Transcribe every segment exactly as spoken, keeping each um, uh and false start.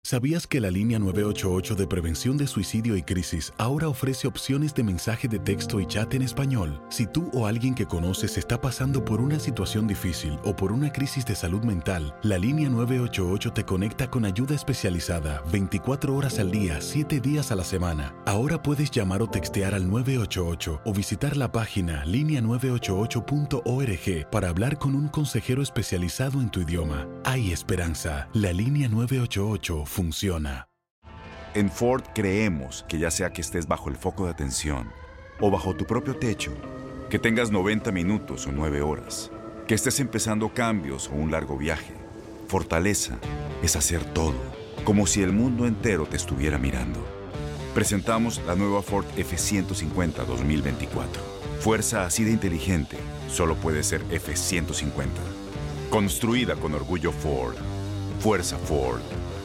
¿Sabías que la línea nueve ocho ocho de prevención de suicidio y crisis ahora ofrece opciones de mensaje de texto y chat en español? Si tú o alguien que conoces está pasando por una situación difícil o por una crisis de salud mental, la línea nueve ocho ocho te conecta con ayuda especializada veinticuatro horas al día, siete días a la semana. Ahora puedes llamar o textear al nueve ocho ocho o visitar la página línea nueve ocho ocho punto org para hablar con un consejero especializado en tu idioma. Hay esperanza. La línea nueve ocho ocho funciona. En Ford creemos que ya sea que estés bajo el foco de atención o bajo tu propio techo, que tengas noventa minutos o nueve horas, que estés empezando cambios o un largo viaje, fortaleza es hacer todo, como si el mundo entero te estuviera mirando. Presentamos la nueva Ford F ciento cincuenta dos mil veinticuatro. Fuerza así de inteligente solo puede ser F ciento cincuenta. Construida con orgullo Ford. Fuerza Ford.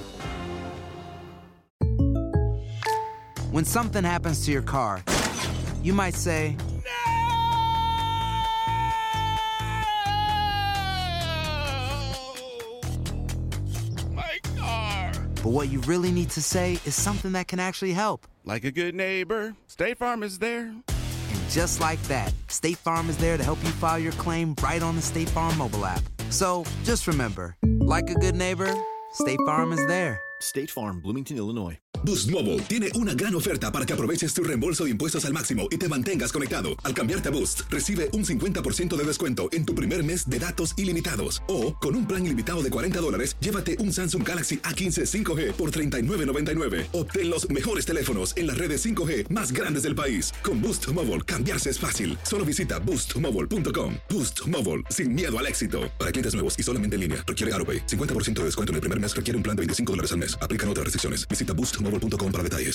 When something happens to your car, you might say, My car! but what you really need to say is something that can actually help. Like a good neighbor, State Farm is there. And just like that, State Farm is there to help you file your claim right on the State Farm mobile app. So just remember, like a good neighbor, State Farm is there. State Farm, Bloomington, Illinois. Boost Mobile tiene una gran oferta para que aproveches tu reembolso de impuestos al máximo y te mantengas conectado. Al cambiarte a Boost, recibe un cincuenta por ciento de descuento en tu primer mes de datos ilimitados. O, con un plan ilimitado de cuarenta dólares, llévate un Samsung Galaxy A quince cinco G por treinta y nueve noventa y nueve. Obtén los mejores teléfonos en las redes cinco G más grandes del país. Con Boost Mobile, cambiarse es fácil. Solo visita boost mobile punto com. Boost Mobile, sin miedo al éxito. Para clientes nuevos y solamente en línea, requiere AutoPay. cincuenta por ciento de descuento en el primer mes requiere un plan de veinticinco dólares al mes. Aplican otras restricciones. Visita boost mobile punto com para detalles.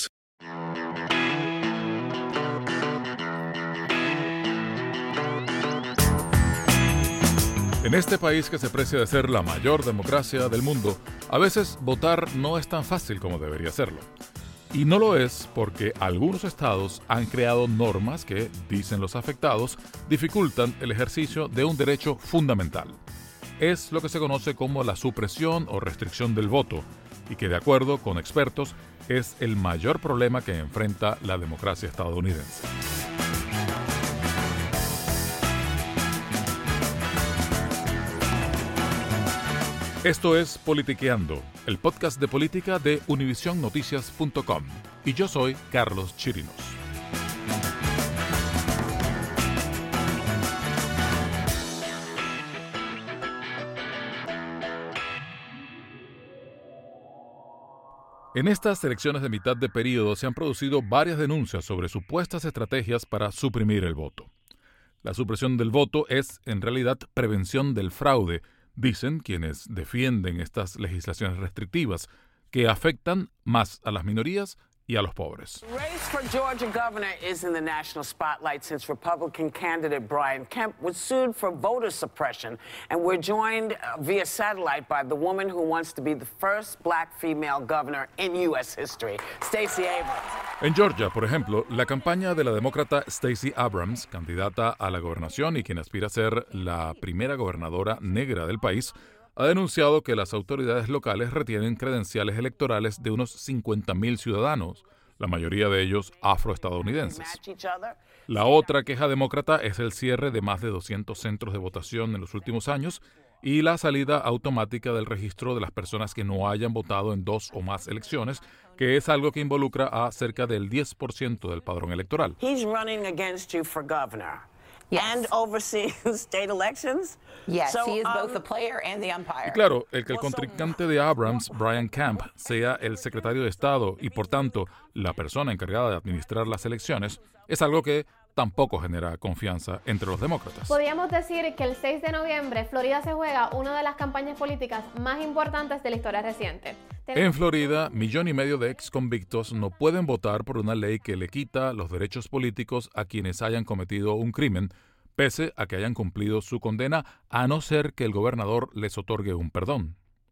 En este país que se precia de ser la mayor democracia del mundo, a veces votar no es tan fácil como debería serlo. Y no lo es porque algunos estados han creado normas que, dicen los afectados, dificultan el ejercicio de un derecho fundamental. Es lo que se conoce como la supresión o restricción del voto, y que, de acuerdo con expertos, es el mayor problema que enfrenta la democracia estadounidense. Esto es Politiqueando, el podcast de política de univision noticias punto com, y yo soy Carlos Chirinos. En estas elecciones de mitad de periodo se han producido varias denuncias sobre supuestas estrategias para suprimir el voto. La supresión del voto es, en realidad, prevención del fraude, dicen quienes defienden estas legislaciones restrictivas, que afectan más a las minorías y a los pobres. The race for Georgia governor is in the national spotlight since Republican candidate Brian Kemp was sued for voter suppression. And we're joined uh, via satellite by the woman who wants to be the first black female governor in U S history, Stacey Abrams. En Georgia, por ejemplo, la campaña de la demócrata Stacey Abrams, candidata a la gobernación y quien aspira a ser la primera gobernadora negra del país, ha denunciado que las autoridades locales retienen credenciales electorales de unos cincuenta mil ciudadanos, la mayoría de ellos afroestadounidenses. La otra queja demócrata es el cierre de más de doscientos centros de votación en los últimos años y la salida automática del registro de las personas que no hayan votado en dos o más elecciones, que es algo que involucra a cerca del diez por ciento del padrón electoral. He's running against you for governor. Yes. And overseeing state elections. Yes, So, he is both um, the player and the umpire. Y claro, el que el contrincante de Abrams, Brian Kemp, sea el secretario de Estado y, por tanto, la persona encargada de administrar las elecciones, es algo que tampoco genera confianza entre los demócratas. Podríamos decir que el seis de noviembre Florida se juega una de las campañas políticas más importantes de la historia reciente. En Florida, millón y medio de ex convictos no pueden votar por una ley que le quita los derechos políticos a quienes hayan cometido un crimen, pese a que hayan cumplido su condena, a no ser que el gobernador les otorgue un perdón.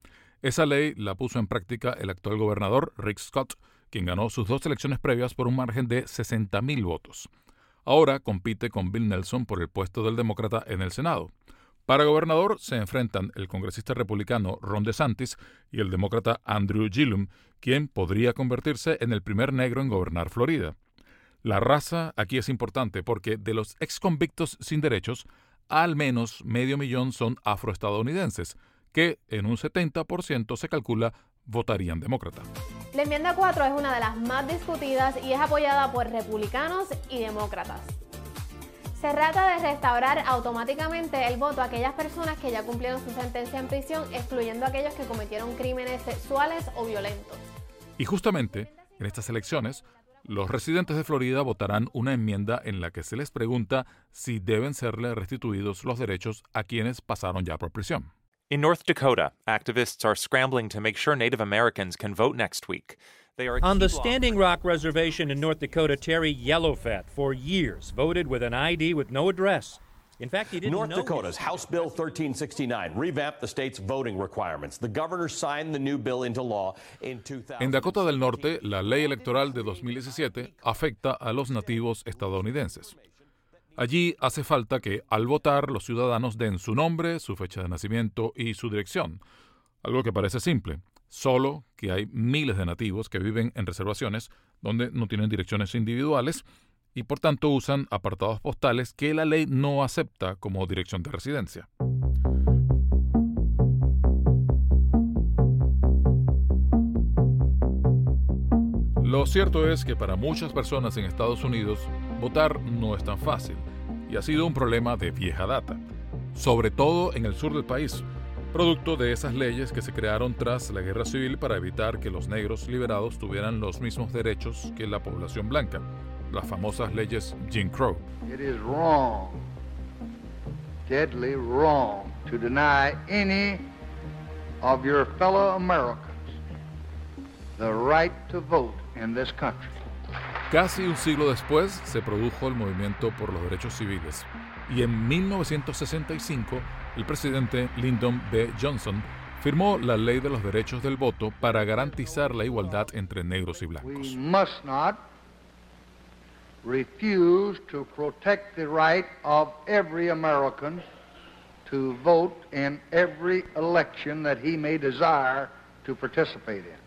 Esa ley la puso en práctica el actual gobernador Rick Scott, quien ganó sus dos elecciones previas por un margen de sesenta mil votos. Ahora compite con Bill Nelson por el puesto del demócrata en el Senado. Para gobernador se enfrentan el congresista republicano Ron DeSantis y el demócrata Andrew Gillum, quien podría convertirse en el primer negro en gobernar Florida. La raza aquí es importante porque de los exconvictos sin derechos, al menos medio millón son afroestadounidenses, que en un setenta por ciento se calcula votarían demócrata. La enmienda cuatro es una de las más discutidas y es apoyada por republicanos y demócratas. Se trata de restaurar automáticamente el voto a aquellas personas que ya cumplieron su sentencia en prisión, excluyendo a aquellos que cometieron crímenes sexuales o violentos. Y justamente en estas elecciones, los residentes de Florida votarán una enmienda en la que se les pregunta si deben serle restituidos los derechos a quienes pasaron ya por prisión. In North Dakota, activists are scrambling to make sure Native Americans can vote next week. They are On the Standing Rock Reservation in North Dakota, Terry Yellowfat, for years, voted with an I D with no address. In fact, he didn't North know Dakota's House Bill thirteen sixty-nine revamped the state's voting requirements. The governor signed the new bill into law in two thousand. En Dakota del Norte, la ley electoral de dos mil diecisiete afecta a los nativos estadounidenses. Allí hace falta que, al votar, los ciudadanos den su nombre, su fecha de nacimiento y su dirección. Algo que parece simple, solo que hay miles de nativos que viven en reservaciones donde no tienen direcciones individuales y por tanto usan apartados postales que la ley no acepta como dirección de residencia. Lo cierto es que para muchas personas en Estados Unidos, votar no es tan fácil y ha sido un problema de vieja data, sobre todo en el sur del país, producto de esas leyes que se crearon tras la Guerra Civil para evitar que los negros liberados tuvieran los mismos derechos que la población blanca, las famosas leyes Jim Crow. It is wrong, deadly wrong, to deny any of your fellow Americans the right to vote in this country. Casi un siglo después se produjo el movimiento por los derechos civiles y en mil novecientos sesenta y cinco el presidente Lyndon B. Johnson firmó la Ley de los Derechos del Voto para garantizar la igualdad entre negros y blancos. We must not refuse to protect the right of every American to vote in every election that he may desire to participate in.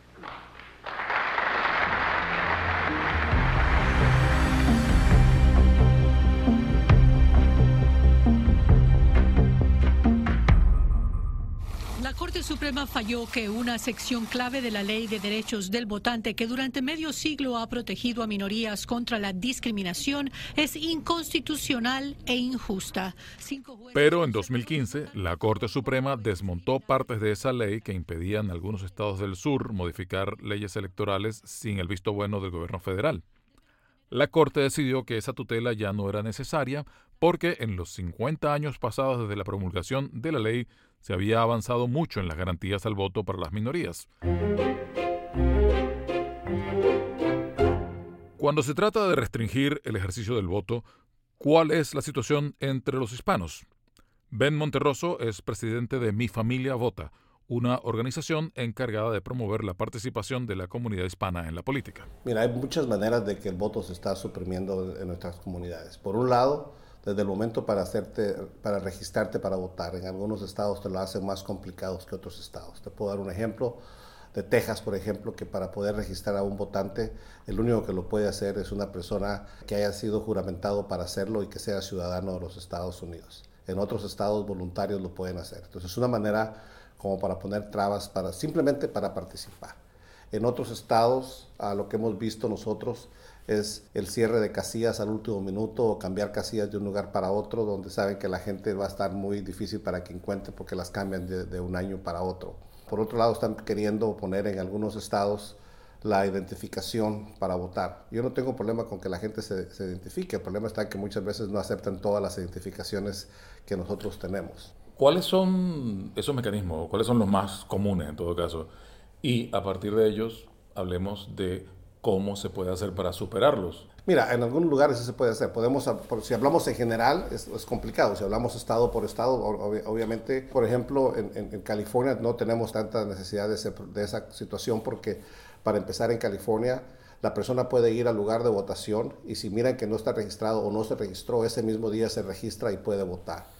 La Corte Suprema falló que una sección clave de la Ley de Derechos del Votante, que durante medio siglo ha protegido a minorías contra la discriminación, es inconstitucional e injusta. Pero en dos mil quince, la Corte Suprema desmontó partes de esa ley que impedían a algunos estados del sur modificar leyes electorales sin el visto bueno del gobierno federal. La Corte decidió que esa tutela ya no era necesaria porque en los cincuenta años pasados desde la promulgación de la ley se había avanzado mucho en las garantías al voto para las minorías. Cuando se trata de restringir el ejercicio del voto, ¿cuál es la situación entre los hispanos? Ben Monterroso es presidente de Mi Familia Vota, una organización encargada de promover la participación de la comunidad hispana en la política. Mira, hay muchas maneras de que el voto se está suprimiendo en nuestras comunidades. Por un lado, desde el momento para hacerte, para registrarte para votar, en algunos estados te lo hacen más complicados que otros estados. Te puedo dar un ejemplo de Texas, por ejemplo, que para poder registrar a un votante, el único que lo puede hacer es una persona que haya sido juramentado para hacerlo y que sea ciudadano de los Estados Unidos. En otros estados voluntarios lo pueden hacer. Entonces es una manera como para poner trabas, para, simplemente para participar. En otros estados, a lo que hemos visto nosotros, es el cierre de casillas al último minuto o cambiar casillas de un lugar para otro, donde saben que la gente va a estar muy difícil para que encuentre porque las cambian de, de un año para otro. Por otro lado, están queriendo poner en algunos estados la identificación para votar. Yo no tengo problema con que la gente se, se identifique, el problema está en que muchas veces no aceptan todas las identificaciones que nosotros tenemos. ¿Cuáles son esos mecanismos? ¿Cuáles son los más comunes en todo caso? Y a partir de ellos hablemos de cómo se puede hacer para superarlos. Mira, en algunos lugares sí se puede hacer. Podemos, si hablamos en general, es, es complicado. Si hablamos estado por estado, ob obviamente, por ejemplo, en, en, en California no tenemos tanta necesidad de, ese, de esa situación porque, para empezar, en California, la persona puede ir al lugar de votación y si miran que no está registrado o no se registró, ese mismo día se registra y puede votar.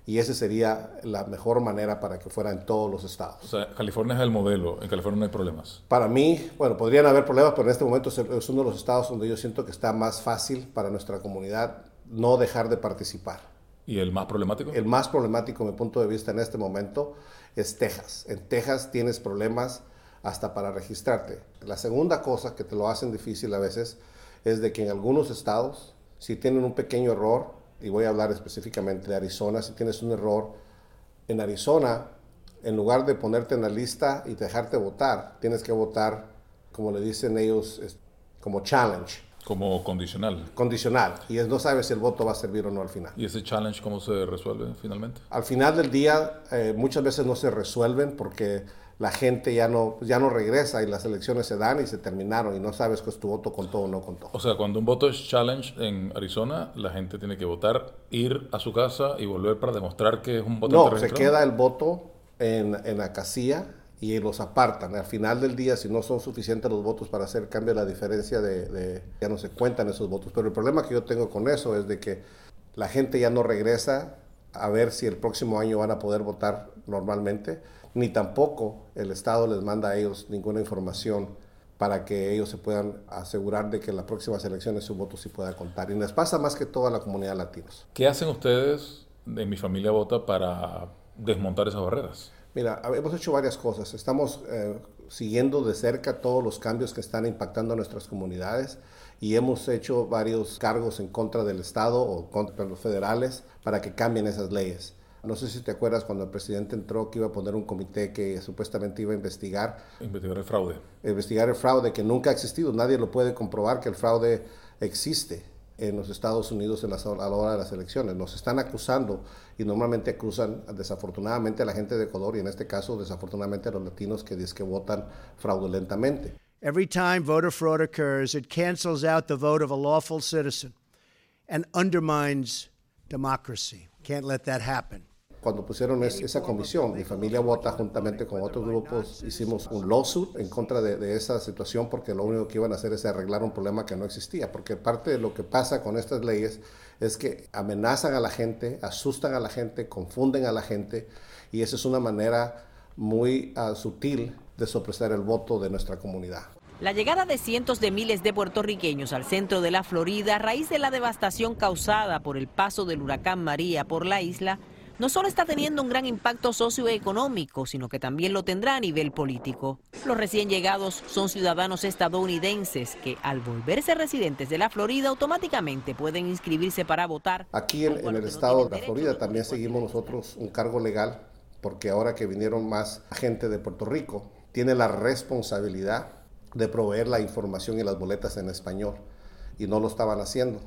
y esa sería la mejor manera para que fuera en todos los estados. O sea, California es el modelo, en California no hay problemas. Para mí, bueno, podrían haber problemas, pero en este momento es uno de los estados donde yo siento que está más fácil para nuestra comunidad no dejar de participar. ¿Y el más problemático? El más problemático, mi punto de vista en este momento, es Texas. En Texas tienes problemas hasta para registrarte. La segunda cosa que te lo hacen difícil a veces es de que en algunos estados, si tienen un pequeño error, y voy a hablar específicamente de Arizona, si tienes un error en Arizona, en lugar de ponerte en la lista y dejarte votar, tienes que votar, como le dicen ellos, como challenge. Como condicional. Condicional, y es, no sabes si el voto va a servir o no al final. ¿Y ese challenge cómo se resuelve finalmente? Al final del día, eh, muchas veces no se resuelven porque la gente ya no, ya no regresa y las elecciones se dan y se terminaron y no sabes que es tu voto contó o no contó. O sea, cuando un voto es challenge en Arizona, la gente tiene que votar, ir a su casa y volver para demostrar que es un voto No, registrado. Se queda el voto en, en la casilla y los apartan. Al final del día, si no son suficientes los votos para hacer cambio, la diferencia de, de ya no se cuentan esos votos. Pero el problema que yo tengo con eso es de que la gente ya no regresa a ver si el próximo año van a poder votar normalmente, ni tampoco el Estado les manda a ellos ninguna información para que ellos se puedan asegurar de que en las próximas elecciones su voto sí pueda contar. Y les pasa más que todo a la comunidad latina. ¿Qué hacen ustedes de Mi Familia Vota para desmontar esas barreras? Mira, hemos hecho varias cosas. Estamos eh, siguiendo de cerca todos los cambios que están impactando a nuestras comunidades y hemos hecho varios cargos en contra del Estado o contra los federales para que cambien esas leyes. No sé si te acuerdas cuando el presidente entró que iba a poner un comité que supuestamente iba a investigar. Investigar el fraude. Investigar el fraude que nunca ha existido. Nadie lo puede comprobar que el fraude existe en los Estados Unidos en la, a la hora de las elecciones. Nos están acusando y normalmente acusan desafortunadamente a la gente de color y en este caso desafortunadamente a los latinos que dicen que votan fraudulentamente. Every time voter fraud occurs, it cancels out the vote of a lawful citizen and undermines democracy. Can't let that happen. Cuando pusieron es, esa comisión, Mi Familia Vota, juntamente con otros grupos, hicimos un lawsuit en contra de, de esa situación porque lo único que iban a hacer es arreglar un problema que no existía. Porque parte de lo que pasa con estas leyes es que amenazan a la gente, asustan a la gente, confunden a la gente y esa es una manera muy uh, sutil de sopresar el voto de nuestra comunidad. La llegada de cientos de miles de puertorriqueños al centro de la Florida a raíz de la devastación causada por el paso del huracán María por la isla no solo está teniendo un gran impacto socioeconómico, sino que también lo tendrá a nivel político. Los recién llegados son ciudadanos estadounidenses que, al volverse residentes de la Florida, automáticamente pueden inscribirse para votar. Aquí en, en el estado de la Florida también seguimos nosotros un cargo legal, porque ahora que vinieron más gente de Puerto Rico, tiene la responsabilidad de proveer la información y las boletas en español, y no lo estaban haciendo.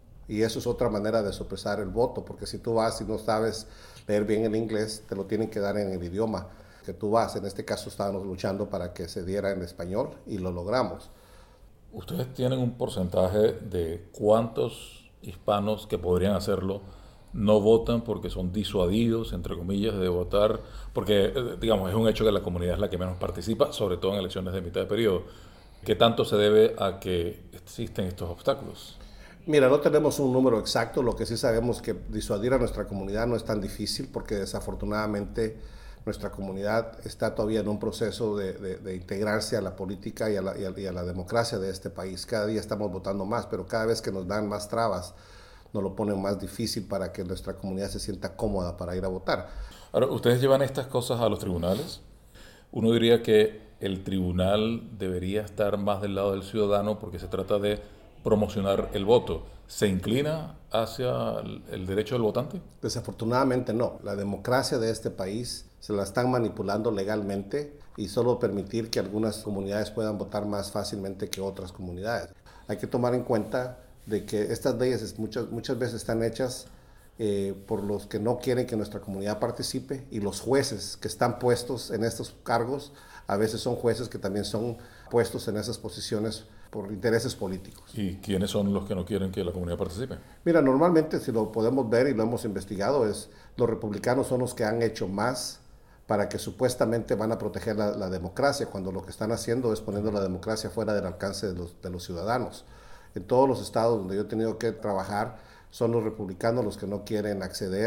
Y eso es otra manera de sopresar el voto, porque si tú vas y no sabes leer bien el inglés, te lo tienen que dar en el idioma que tú vas. En este caso estábamos luchando para que se diera en español y lo logramos. ¿Ustedes tienen un porcentaje de cuántos hispanos que podrían hacerlo no votan porque son disuadidos, entre comillas, de votar? Porque, digamos, es un hecho que la comunidad es la que menos participa, sobre todo en elecciones de mitad de periodo. ¿Qué tanto se debe a que existen estos obstáculos? Mira, no tenemos un número exacto, lo que sí sabemos es que disuadir a nuestra comunidad no es tan difícil porque desafortunadamente nuestra comunidad está todavía en un proceso de, de, de integrarse a la política y a la, y, a, y a la democracia de este país. Cada día estamos votando más, pero cada vez que nos dan más trabas, nos lo ponen más difícil para que nuestra comunidad se sienta cómoda para ir a votar. Ahora, ¿ustedes llevan estas cosas a los tribunales? Uno diría que el tribunal debería estar más del lado del ciudadano porque se trata de promocionar el voto. ¿Se inclina hacia el derecho del votante? Desafortunadamente no. La democracia de este país se la están manipulando legalmente y solo permitir que algunas comunidades puedan votar más fácilmente que otras comunidades. Hay que tomar en cuenta de que estas leyes muchas, muchas veces están hechas eh, por los que no quieren que nuestra comunidad participe y los jueces que están puestos en estos cargos a veces son jueces que también son puestos en esas posiciones por intereses políticos. ¿Y quiénes son los que no quieren que la comunidad participe? Mira, normalmente si lo podemos ver y lo hemos investigado, es los republicanos son los que han hecho más para que supuestamente van a proteger la, la democracia, cuando lo que están haciendo es poniendo la democracia fuera del alcance de los, de los ciudadanos. En todos los estados donde yo he tenido que trabajar, son los republicanos los que no quieren acceder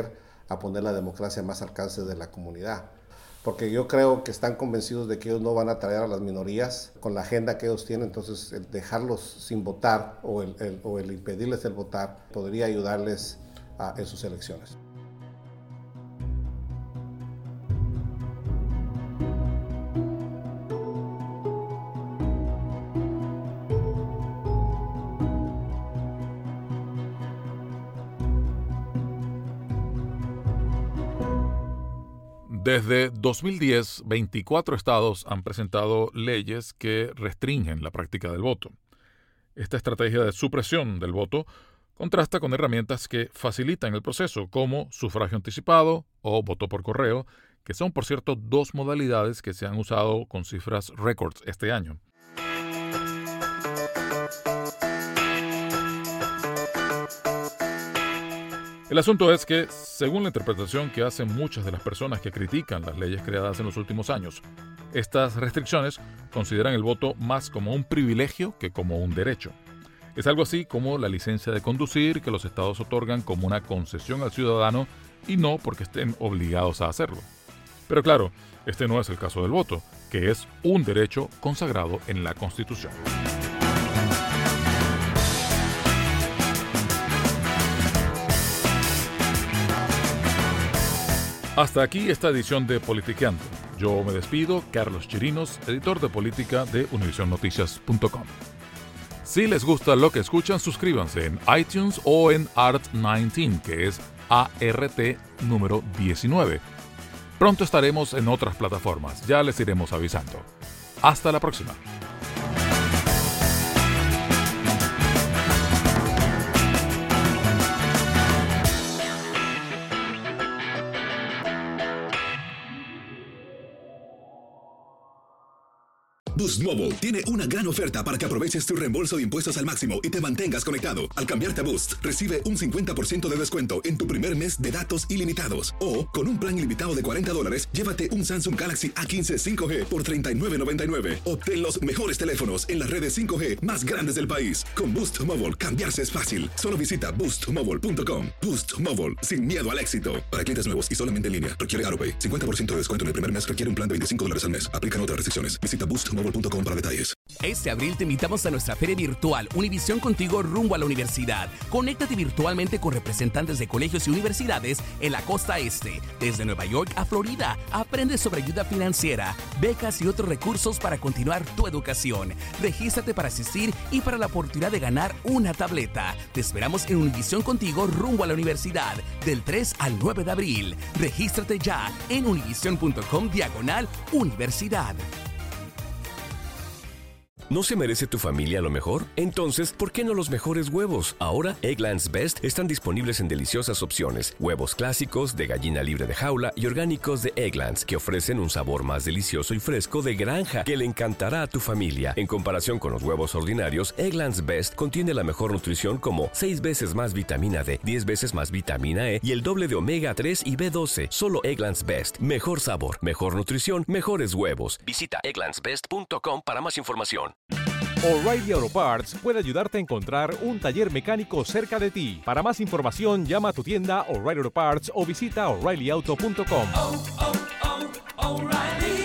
a poner la democracia más al alcance de la comunidad. Porque yo creo que están convencidos de que ellos no van a traer a las minorías con la agenda que ellos tienen, entonces el dejarlos sin votar o el, el, o el impedirles el votar podría ayudarles a, en sus elecciones. Desde dos mil diez, veinticuatro estados han presentado leyes que restringen la práctica del voto. Esta estrategia de supresión del voto contrasta con herramientas que facilitan el proceso, como sufragio anticipado o voto por correo, que son, por cierto, dos modalidades que se han usado con cifras récords este año. El asunto es que, según la interpretación que hacen muchas de las personas que critican las leyes creadas en los últimos años, estas restricciones consideran el voto más como un privilegio que como un derecho. Es algo así como la licencia de conducir que los estados otorgan como una concesión al ciudadano y no porque estén obligados a hacerlo. Pero claro, este no es el caso del voto, que es un derecho consagrado en la Constitución. Hasta aquí esta edición de Politiqueando. Yo me despido, Carlos Chirinos, editor de política de univision noticias punto com. Si les gusta lo que escuchan, suscríbanse en iTunes o en Art diecinueve, que es A R T número diecinueve. Pronto estaremos en otras plataformas, ya les iremos avisando. Hasta la próxima. Boost Mobile tiene una gran oferta para que aproveches tu reembolso de impuestos al máximo y te mantengas conectado. Al cambiarte a Boost, recibe un cincuenta por ciento de descuento en tu primer mes de datos ilimitados. O, con un plan ilimitado de cuarenta dólares, llévate un Samsung Galaxy A quince cinco G por treinta y nueve noventa y nueve. Obtén los mejores teléfonos en las redes cinco G más grandes del país. Con Boost Mobile, cambiarse es fácil. Solo visita boost mobile punto com. Boost Mobile, sin miedo al éxito. Para clientes nuevos y solamente en línea, requiere AutoPay. cincuenta por ciento de descuento en el primer mes requiere un plan de veinticinco dólares al mes. Aplican otras restricciones. Visita boost mobile punto com para detalles. Este abril te invitamos a nuestra feria virtual Univisión Contigo rumbo a la universidad. Conéctate virtualmente con representantes de colegios y universidades en la costa este. Desde Nueva York a Florida, aprende sobre ayuda financiera, becas y otros recursos para continuar tu educación. Regístrate para asistir y para la oportunidad de ganar una tableta. Te esperamos en Univisión Contigo rumbo a la universidad del tres al nueve de abril. Regístrate ya en univision punto com diagonal universidad. ¿No se merece tu familia lo mejor? Entonces, ¿por qué no los mejores huevos? Ahora, Eggland's Best están disponibles en deliciosas opciones. Huevos clásicos, de gallina libre de jaula y orgánicos de Eggland's, que ofrecen un sabor más delicioso y fresco de granja que le encantará a tu familia. En comparación con los huevos ordinarios, Eggland's Best contiene la mejor nutrición como seis veces más vitamina D, diez veces más vitamina E y el doble de omega tres y B doce. Solo Eggland's Best. Mejor sabor, mejor nutrición, mejores huevos. Visita egglands best punto com para más información. O'Reilly Auto Parts puede ayudarte a encontrar un taller mecánico cerca de ti. Para más información, llama a tu tienda O'Reilly Auto Parts o visita o'Reilly auto punto com. Oh, oh, oh, O'Reilly.